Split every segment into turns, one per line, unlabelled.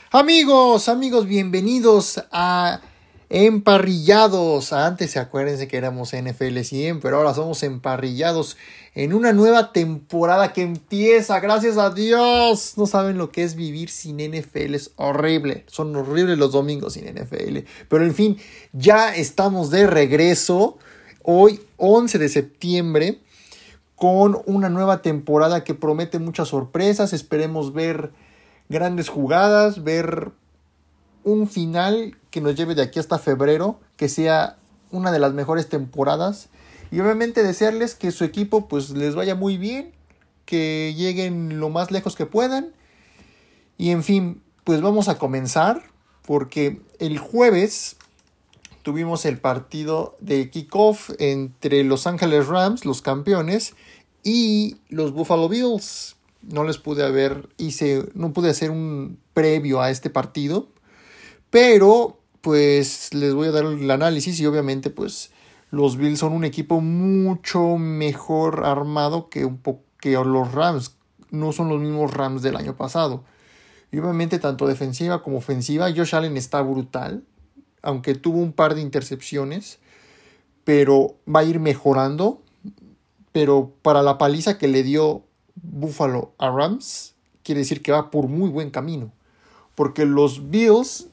Amigos, bienvenidos a Emparrillados. Antes acuérdense que éramos NFL 100, pero ahora somos Emparrillados en una nueva temporada que empieza, gracias a Dios. No saben lo que es vivir sin NFL, es horrible. Son horribles los domingos sin NFL. Pero en fin, ya estamos de regreso hoy 11 de septiembre con una nueva temporada que promete muchas sorpresas. Esperemos ver grandes jugadas, ver un final que nos lleve de aquí hasta febrero, que sea una de las mejores temporadas, y obviamente desearles que su equipo pues les vaya muy bien, que lleguen lo más lejos que puedan. Y en fin, pues vamos a comenzar, porque el jueves tuvimos el partido de kickoff entre Los Ángeles Rams, los campeones, y los Buffalo Bills. No pude hacer un previo a este partido, pero pues les voy a dar el análisis. Y obviamente pues los Bills son un equipo mucho mejor armado que los Rams. No son los mismos Rams del año pasado, y obviamente tanto defensiva como ofensiva Josh Allen está brutal, aunque tuvo un par de intercepciones, pero va a ir mejorando. Pero para la paliza que le dio Buffalo a Rams, quiere decir que va por muy buen camino, porque los Bills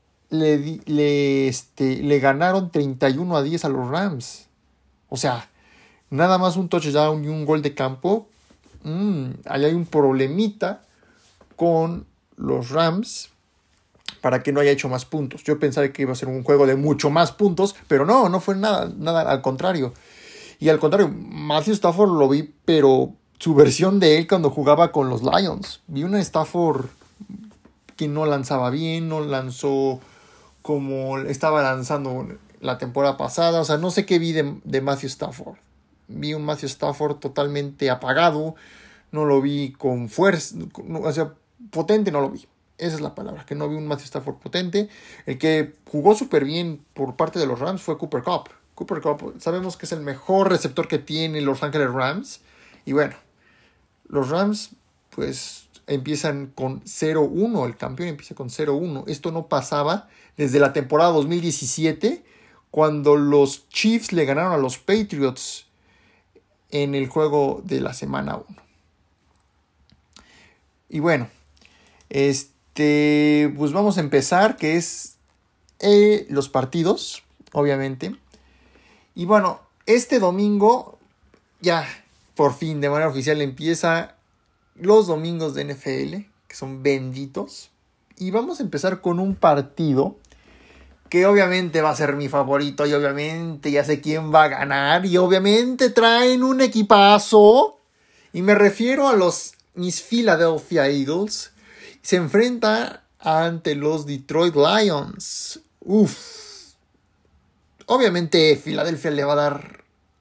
le ganaron 31-10 a los Rams. O sea, nada más un touchdown y un gol de campo. Ahí hay un problemita con los Rams para que no haya hecho más puntos. Yo pensaba que iba a ser un juego de mucho más puntos, pero no fue nada al contrario. Y al contrario, Matthew Stafford lo vi, pero su versión de él cuando jugaba con los Lions. Vi una Stafford que no lanzaba bien, no lanzó como estaba lanzando la temporada pasada. O sea, no sé qué vi de Matthew Stafford. Vi un Matthew Stafford totalmente apagado. No lo vi con fuerza, o sea, potente no lo vi. Esa es la palabra, que no vi un Matthew Stafford potente. El que jugó súper bien por parte de los Rams fue Cooper Kupp. Cooper Kupp sabemos que es el mejor receptor que tiene Los Ángeles Rams. Y bueno, los Rams pues empiezan con 0-1. El campeón empieza con 0-1. Esto no pasaba desde la temporada 2017, cuando los Chiefs le ganaron a los Patriots en el juego de la semana 1. Y bueno, pues vamos a empezar, que es los partidos, obviamente. Y bueno, este domingo ya por fin de manera oficial empieza los domingos de NFL, que son benditos. Y vamos a empezar con un partido que obviamente va a ser mi favorito, y obviamente ya sé quién va a ganar, y obviamente traen un equipazo, y me refiero a mis Philadelphia Eagles. Se enfrenta ante los Detroit Lions. Obviamente Philadelphia le va a dar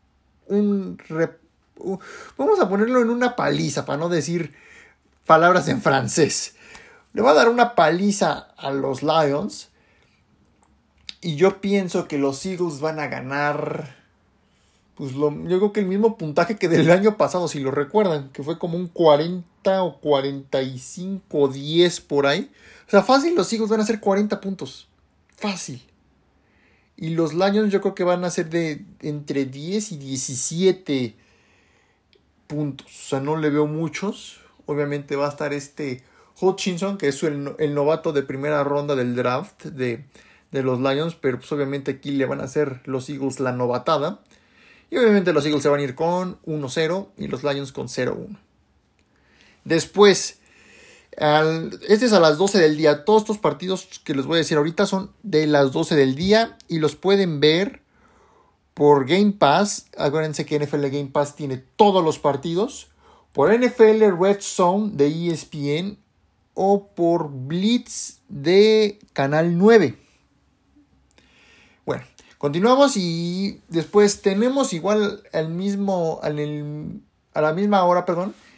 vamos a ponerlo en una paliza, para no decir palabras en francés. Le va a dar una paliza a los Lions. Y yo pienso que los Eagles van a ganar, pues yo creo que el mismo puntaje que del año pasado, si lo recuerdan, que fue como un 40 o 45-10 por ahí. O sea, fácil, los Eagles van a hacer 40 puntos. Fácil. Y los Lions yo creo que van a ser de entre 10 y 17 puntos. O sea, no le veo muchos. Obviamente va a estar Hutchinson, que es el novato de primera ronda del draft de los Lions. Pero pues obviamente aquí le van a hacer los Eagles la novatada. Y obviamente los Eagles se van a ir con 1-0 y los Lions con 0-1. Después, es a las 12 del día. Todos estos partidos que les voy a decir ahorita son de las 12 del día y los pueden ver por Game Pass. Acuérdense que NFL Game Pass tiene todos los partidos. Por NFL Red Zone de ESPN o por Blitz de Canal 9. Bueno, continuamos y después tenemos igual a la misma hora,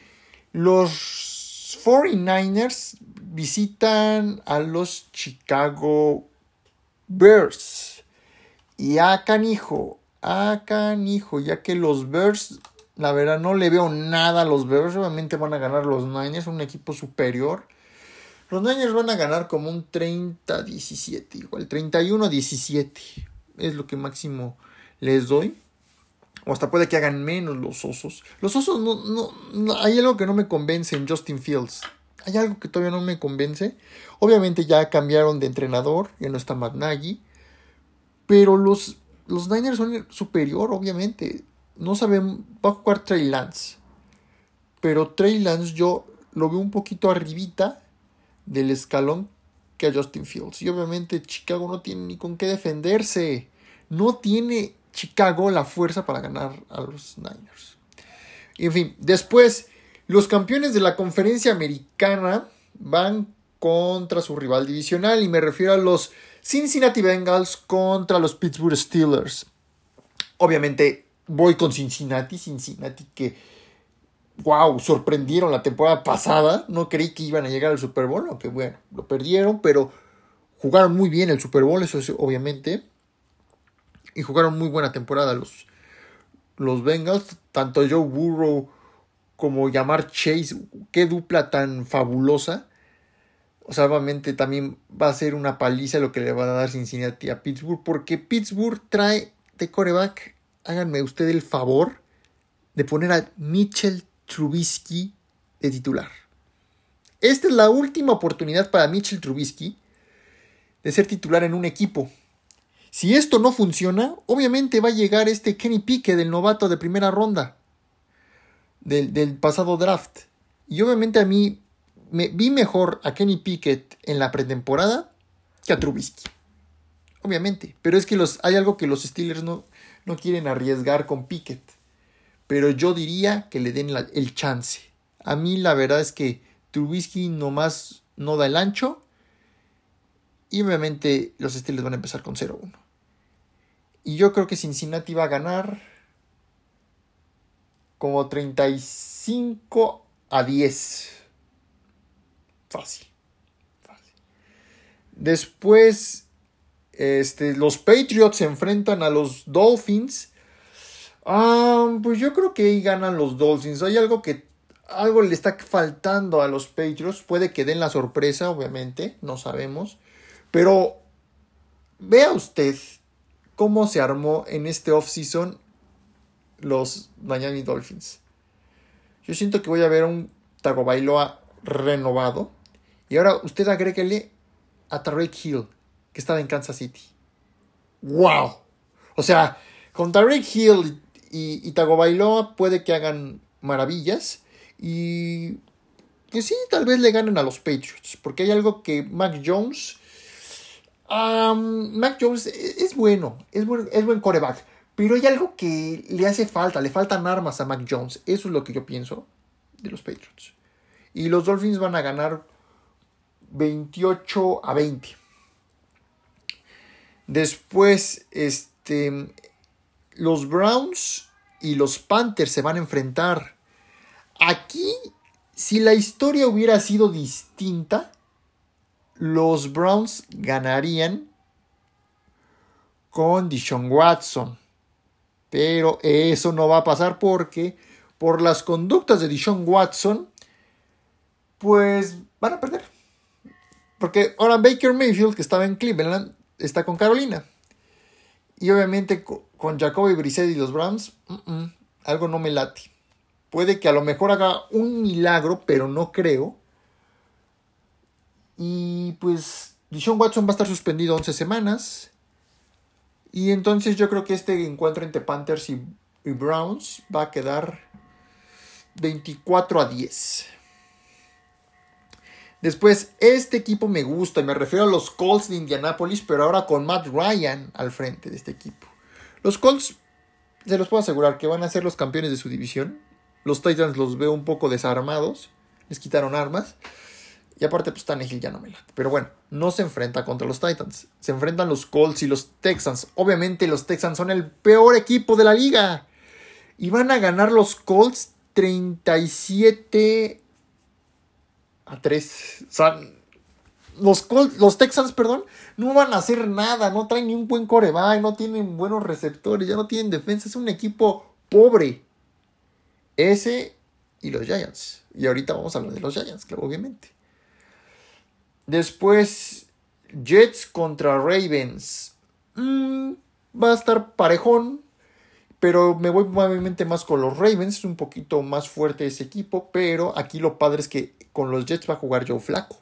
los 49ers visitan a los Chicago Bears. Y canijo, ya que los Bears, la verdad no le veo nada a los Bears. Obviamente van a ganar los Niners, un equipo superior. Los Niners van a ganar como un 30-17, igual 31-17. Es lo que máximo les doy. O hasta puede que hagan menos los Osos. Los Osos no, hay algo que no me convence en Justin Fields. Hay algo que todavía no me convence. Obviamente ya cambiaron de entrenador. Ya no está Matt Nagy. Pero los Niners son superior, obviamente. No saben. Va a jugar Trey Lance. Pero Trey Lance yo lo veo un poquito arribita del escalón que a Justin Fields. Y obviamente Chicago no tiene ni con qué defenderse. No tiene Chicago la fuerza para ganar a los Niners. En fin, después los campeones de la conferencia americana van contra su rival divisional. Y me refiero a los Cincinnati Bengals contra los Pittsburgh Steelers. Obviamente voy con Cincinnati que wow, sorprendieron la temporada pasada. No creí que iban a llegar al Super Bowl, aunque bueno, lo perdieron, pero jugaron muy bien el Super Bowl, eso es obviamente. Y jugaron muy buena temporada los Bengals. Tanto Joe Burrow como Ja'Marr Chase, qué dupla tan fabulosa. O sea, obviamente también va a ser una paliza lo que le va a dar Cincinnati a Pittsburgh, porque Pittsburgh trae de quarterback, háganme usted el favor de poner a Mitchell Trubisky de titular. Esta es la última oportunidad para Mitchell Trubisky de ser titular en un equipo. Si esto no funciona, obviamente va a llegar Kenny Pickett, del novato de primera ronda del pasado draft. Y obviamente a mí me vi mejor a Kenny Pickett en la pretemporada que a Trubisky. Obviamente. Pero es que hay algo que los Steelers no quieren arriesgar con Pickett. Pero yo diría que le den el chance. A mí la verdad es que Trubisky nomás no da el ancho. Y obviamente los Steelers van a empezar con 0-1. Y yo creo que Cincinnati va a ganar como 35-10. Fácil. Después, los Patriots se enfrentan a los Dolphins. Pues yo creo que ahí ganan los Dolphins. Hay algo le está faltando a los Patriots. Puede que den la sorpresa, obviamente. No sabemos. Pero vea usted cómo se armó en este offseason los Miami Dolphins. Yo siento que voy a ver un Tagovailoa renovado. Y ahora usted agréguele a Tyreek Hill, que estaba en Kansas City. ¡Wow! O sea, con Tyreek Hill y Tagovailoa puede que hagan maravillas. Y que sí, tal vez le ganen a los Patriots. Porque hay algo que Mac Jones es bueno. Es buen quarterback. Pero hay algo que le hace falta. Le faltan armas a Mac Jones. Eso es lo que yo pienso de los Patriots. Y los Dolphins van a ganar 28-20. Después, los Browns y los Panthers se van a enfrentar. Aquí, si la historia hubiera sido distinta, los Browns ganarían con Deshaun Watson. Pero eso no va a pasar porque por las conductas de Deshaun Watson, pues van a perder. Porque ahora Baker Mayfield, que estaba en Cleveland, está con Carolina. Y obviamente con Jacoby Brissett y los Browns, algo no me late. Puede que a lo mejor haga un milagro, pero no creo. Y pues Deshaun Watson va a estar suspendido 11 semanas. Y entonces yo creo que este encuentro entre Panthers y Browns va a quedar 24-10. Después, este equipo me gusta, y me refiero a los Colts de Indianapolis, pero ahora con Matt Ryan al frente de este equipo. Los Colts, se los puedo asegurar que van a ser los campeones de su división. Los Titans los veo un poco desarmados, les quitaron armas. Y aparte, pues Tannehill ya no me late. Pero bueno, no se enfrenta contra los Titans. Se enfrentan los Colts y los Texans. Obviamente los Texans son el peor equipo de la liga. Y van a ganar los Colts 37-3. O sea, los Texans, no van a hacer nada. No traen ni un buen quarterback. No tienen buenos receptores. Ya no tienen defensa. Es un equipo pobre. Ese y los Giants. Y ahorita vamos a hablar de los Giants, claro, obviamente. Después, Jets contra Ravens. Va a estar parejón, pero me voy probablemente más con los Ravens. Es un poquito más fuerte ese equipo, pero aquí lo padre es que con los Jets va a jugar Joe Flacco.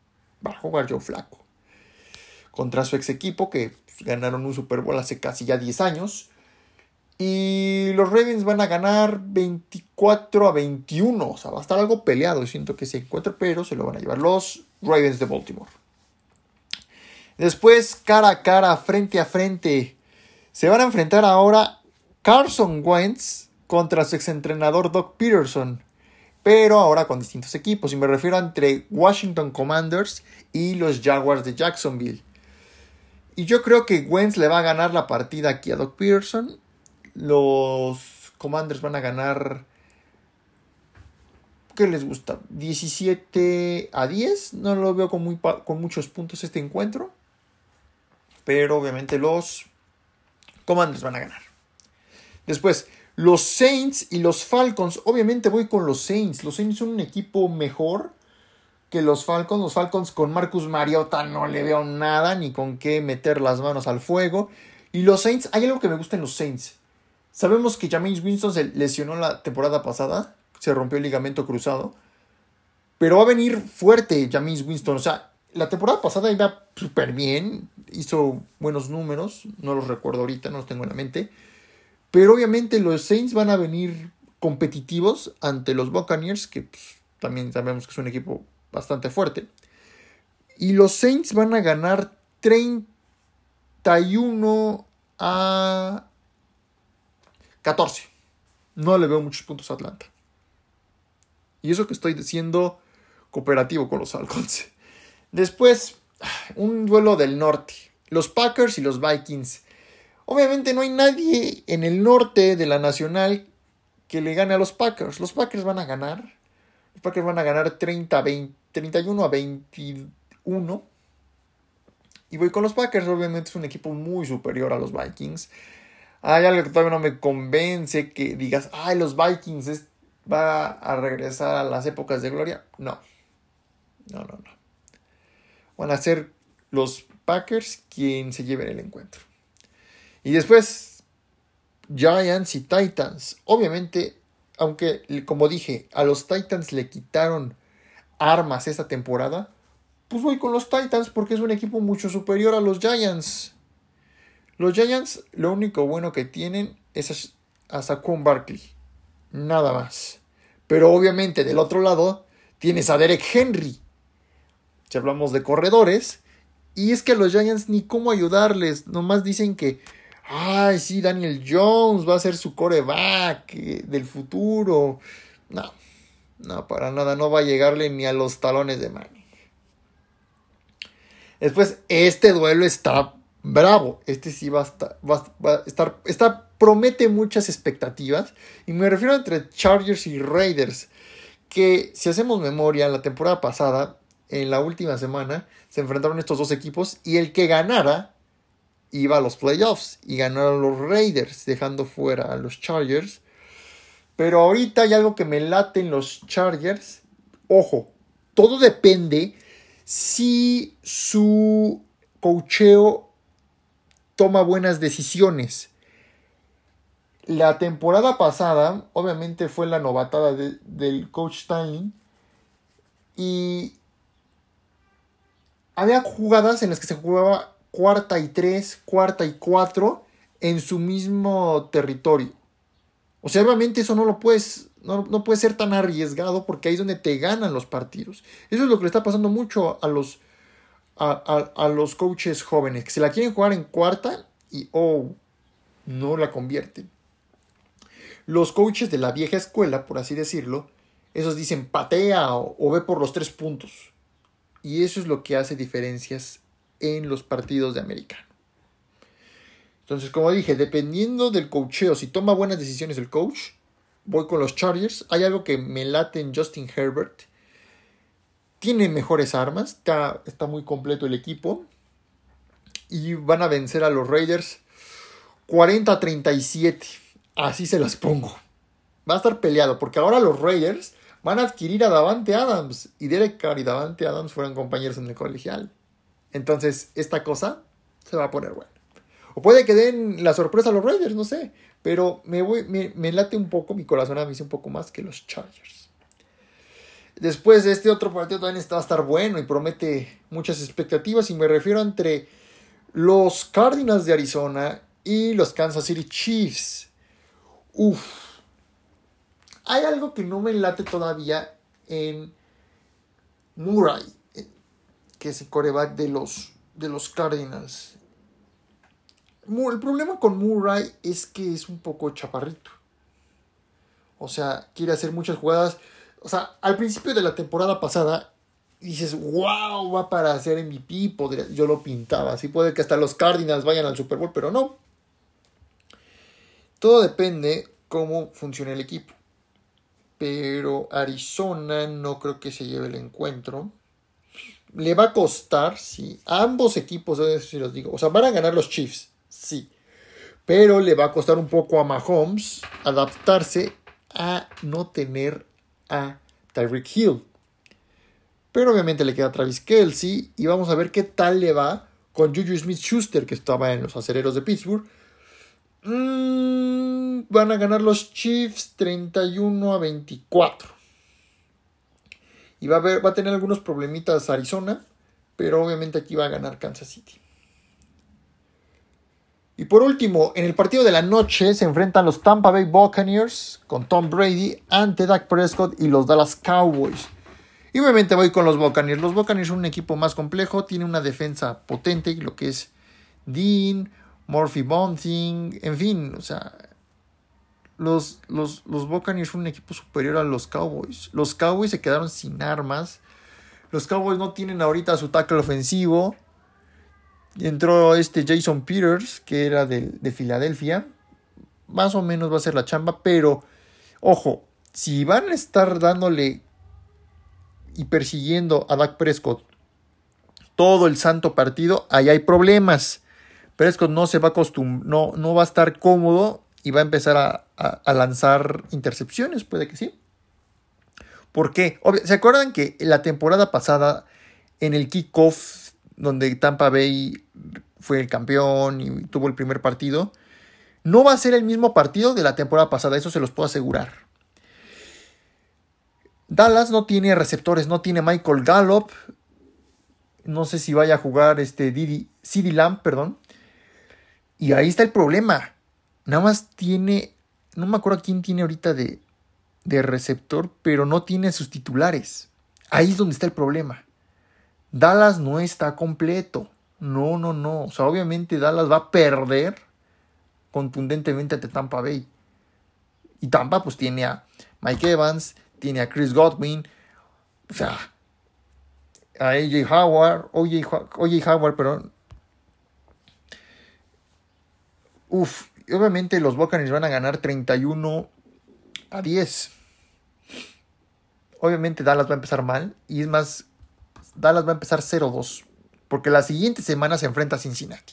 Contra su ex equipo, que ganaron un Super Bowl hace casi ya 10 años. Y los Ravens van a ganar 24-21. O sea, va a estar algo peleado. Siento que se encuentra, pero se lo van a llevar los Ravens de Baltimore. Después, cara a cara, frente a frente, se van a enfrentar ahora Carson Wentz contra su exentrenador Doug Peterson. Pero ahora con distintos equipos. Y me refiero entre Washington Commanders y los Jaguars de Jacksonville. Y yo creo que Wentz le va a ganar la partida aquí a Doug Peterson. Los Commanders van a ganar, ¿qué les gusta? 17-10. No lo veo con muchos puntos este encuentro. Pero obviamente los Commanders van a ganar. Después, los Saints y los Falcons. Obviamente voy con los Saints. Los Saints son un equipo mejor que los Falcons. Los Falcons con Marcus Mariota no le veo nada, ni con qué meter las manos al fuego. Y los Saints, hay algo que me gusta en los Saints. Sabemos que Jameis Winston se lesionó la temporada pasada. Se rompió el ligamento cruzado. Pero va a venir fuerte Jameis Winston. O sea, la temporada pasada iba súper bien. Hizo buenos números. No los recuerdo ahorita, no los tengo en la mente. Pero obviamente los Saints van a venir competitivos ante los Buccaneers, que pues, también sabemos que es un equipo bastante fuerte. Y los Saints van a ganar 31-14. No le veo muchos puntos a Atlanta. Y eso que estoy siendo cooperativo con los Falcons. Después, un duelo del norte. Los Packers y los Vikings. Obviamente no hay nadie en el norte de la Nacional que le gane a los Packers. Los Packers van a ganar. Los Packers van a ganar 31-21. Y voy con los Packers. Obviamente es un equipo muy superior a los Vikings. Hay algo que todavía no me convence, que digas, ay, los Vikings va a regresar a las épocas de gloria. No. Van a ser los Packers quien se lleven el encuentro. Y después, Giants y Titans. Obviamente, aunque, como dije, a los Titans le quitaron armas esta temporada, pues voy con los Titans porque es un equipo mucho superior a los Giants. Los Giants, lo único bueno que tienen es a Saquon Barkley. Nada más. Pero obviamente, del otro lado, tienes a Derek Henry. Si hablamos de corredores. Y es que a los Giants ni cómo ayudarles. Nomás dicen que, ay, sí, Daniel Jones va a ser su quarterback del futuro. No, para nada. No va a llegarle ni a los talones de Manning. Después, este duelo está bravo. Este sí va a estar promete muchas expectativas. Y me refiero entre Chargers y Raiders. Que si hacemos memoria, la temporada pasada, en la última semana, se enfrentaron estos dos equipos. Y el que ganara iba a los playoffs. Y ganaron los Raiders, dejando fuera a los Chargers. Pero ahorita hay algo que me late en los Chargers. Ojo, todo depende si su coacheo toma buenas decisiones. La temporada pasada, obviamente fue la novatada del coach Stanley. Y había jugadas en las que se jugaba 4th-3, 4th-4 en su mismo territorio. O sea, obviamente eso no puede ser tan arriesgado porque ahí es donde te ganan los partidos. Eso es lo que le está pasando mucho a los coaches jóvenes, que se la quieren jugar en cuarta y no la convierten. Los coaches de la vieja escuela, por así decirlo, esos dicen patea o ve por los 3 puntos. Y eso es lo que hace diferencias en los partidos de americano. Entonces, como dije, dependiendo del coacheo, si toma buenas decisiones el coach, voy con los Chargers. Hay algo que me late en Justin Herbert. Tiene mejores armas, está muy completo el equipo. Y van a vencer a los Raiders 40-37. Así se las pongo. Va a estar peleado, porque ahora los Raiders van a adquirir a Davante Adams. Y Derek Carr y Davante Adams fueron compañeros en el colegial. Entonces, esta cosa se va a poner buena. O puede que den la sorpresa a los Raiders, no sé. Pero me late un poco, mi corazón a mí dice un poco más que los Chargers. Después de este otro partido también va a estar bueno y promete muchas expectativas. Y me refiero entre los Cardinals de Arizona y los Kansas City Chiefs. Hay algo que no me late todavía en Murray, que es el quarterback de los Cardinals. El problema con Murray es que es un poco chaparrito. O sea, quiere hacer muchas jugadas. O sea, al principio de la temporada pasada dices, wow, va para ser MVP. Yo lo pintaba. Así puede que hasta los Cardinals vayan al Super Bowl, pero no. Todo depende cómo funcione el equipo. Pero Arizona no creo que se lleve el encuentro. Le va a costar, sí. A ambos equipos, eso sí los digo. O sea, van a ganar los Chiefs, sí. Pero le va a costar un poco a Mahomes adaptarse a no tener a Tyreek Hill. Pero obviamente le queda a Travis Kelce. Y vamos a ver qué tal le va con Juju Smith-Schuster, que estaba en los Acereros de Pittsburgh. Van a ganar los Chiefs 31-24. Y va a tener algunos problemitas Arizona, pero obviamente aquí va a ganar Kansas City. Y por último, en el partido de la noche se enfrentan los Tampa Bay Buccaneers con Tom Brady ante Dak Prescott y los Dallas Cowboys. Y obviamente voy con los Buccaneers. Los Buccaneers son un equipo más complejo, tiene una defensa potente, lo que es Dean, Murphy Bunting, en fin, o sea, los Buccaneers son un equipo superior a los Cowboys. Los Cowboys se quedaron sin armas. Los Cowboys no tienen ahorita su tackle ofensivo. Entró Jason Peters, que era de Filadelfia. Más o menos va a ser la chamba, pero ojo, si van a estar dándole y persiguiendo a Dak Prescott todo el santo partido, ahí hay problemas. Prescott no se va a no va a estar cómodo y va a empezar a lanzar intercepciones, puede que sí. ¿Por qué? ¿Se acuerdan que la temporada pasada en el kickoff, donde Tampa Bay fue el campeón y tuvo el primer partido, no va a ser el mismo partido de la temporada pasada? Eso se los puedo asegurar. Dallas no tiene receptores, no tiene Michael Gallup. No sé si vaya a jugar CeeDee Lamb, perdón. Y ahí está el problema. Nada más tiene, no me acuerdo quién tiene ahorita de receptor, pero no tiene sus titulares. Ahí es donde está el problema. Dallas no está completo. No. O sea, obviamente Dallas va a perder contundentemente ante Tampa Bay. Y Tampa pues tiene a Mike Evans, tiene a Chris Godwin, o sea, a OJ Howard, perdón. Y obviamente los Buccaneers van a ganar 31-10. Obviamente Dallas va a empezar mal. Y es más, Dallas va a empezar 0-2. Porque la siguiente semana se enfrenta a Cincinnati.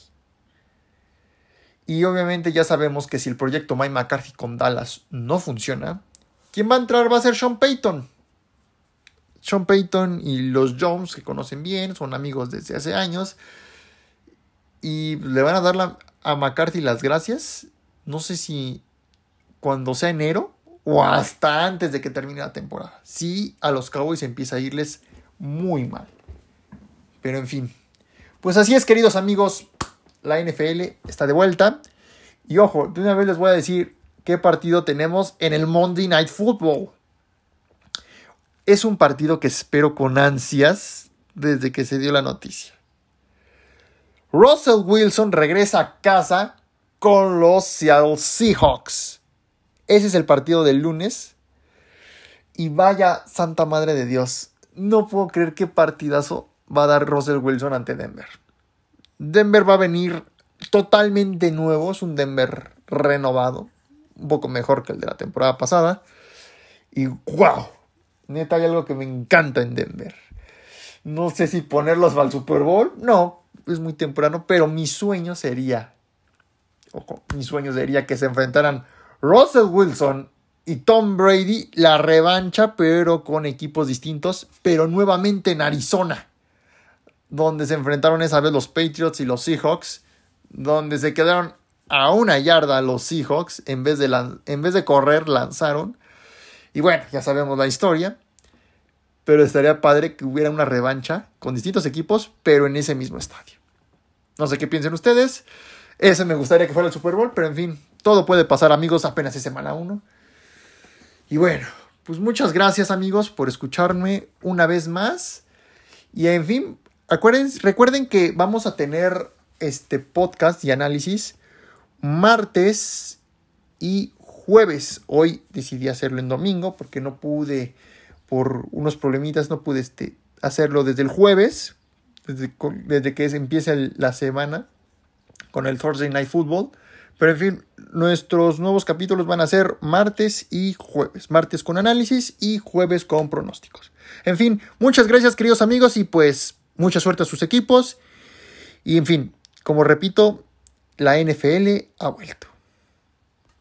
Y obviamente ya sabemos que si el proyecto Mike McCarthy con Dallas no funciona, ¿quién va a entrar? Va a ser Sean Payton. Sean Payton y los Jones, que conocen bien, son amigos desde hace años. Y le van a dar a McCarthy las gracias. No sé si cuando sea enero o hasta antes de que termine la temporada. Sí, a los Cowboys empieza a irles muy mal. Pero en fin. Pues así es, queridos amigos. La NFL está de vuelta. Y ojo, de una vez les voy a decir qué partido tenemos en el Monday Night Football. Es un partido que espero con ansias desde que se dio la noticia. Russell Wilson regresa a casa con los Seattle Seahawks. Ese es el partido del lunes. Y vaya santa madre de Dios. No puedo creer qué partidazo va a dar Russell Wilson ante Denver. Denver va a venir totalmente nuevo. Es un Denver renovado. Un poco mejor que el de la temporada pasada. Y wow. Neta, hay algo que me encanta en Denver. No sé si ponerlos al Super Bowl. No, es muy temprano. Pero mi sueño sería que se enfrentaran Russell Wilson y Tom Brady, la revancha, pero con equipos distintos, pero nuevamente en Arizona, donde se enfrentaron esa vez los Patriots y los Seahawks, donde se quedaron a 1 yarda los Seahawks, en vez de correr, lanzaron. Y bueno, ya sabemos la historia, pero estaría padre que hubiera una revancha con distintos equipos, pero en ese mismo estadio. No sé qué piensen ustedes. Ese me gustaría que fuera el Super Bowl, pero en fin, todo puede pasar, amigos, apenas es semana 1. Y bueno, pues muchas gracias, amigos, por escucharme una vez más. Y en fin, recuerden que vamos a tener este podcast y análisis martes y jueves. Hoy decidí hacerlo en domingo porque no pude, por unos problemitas, no pude hacerlo desde el jueves, desde que empieza la semana con el Thursday Night Football. Pero en fin, nuestros nuevos capítulos van a ser martes y jueves. Martes con análisis y jueves con pronósticos. En fin, muchas gracias, queridos amigos, y pues mucha suerte a sus equipos. Y en fin, como repito, la NFL ha vuelto.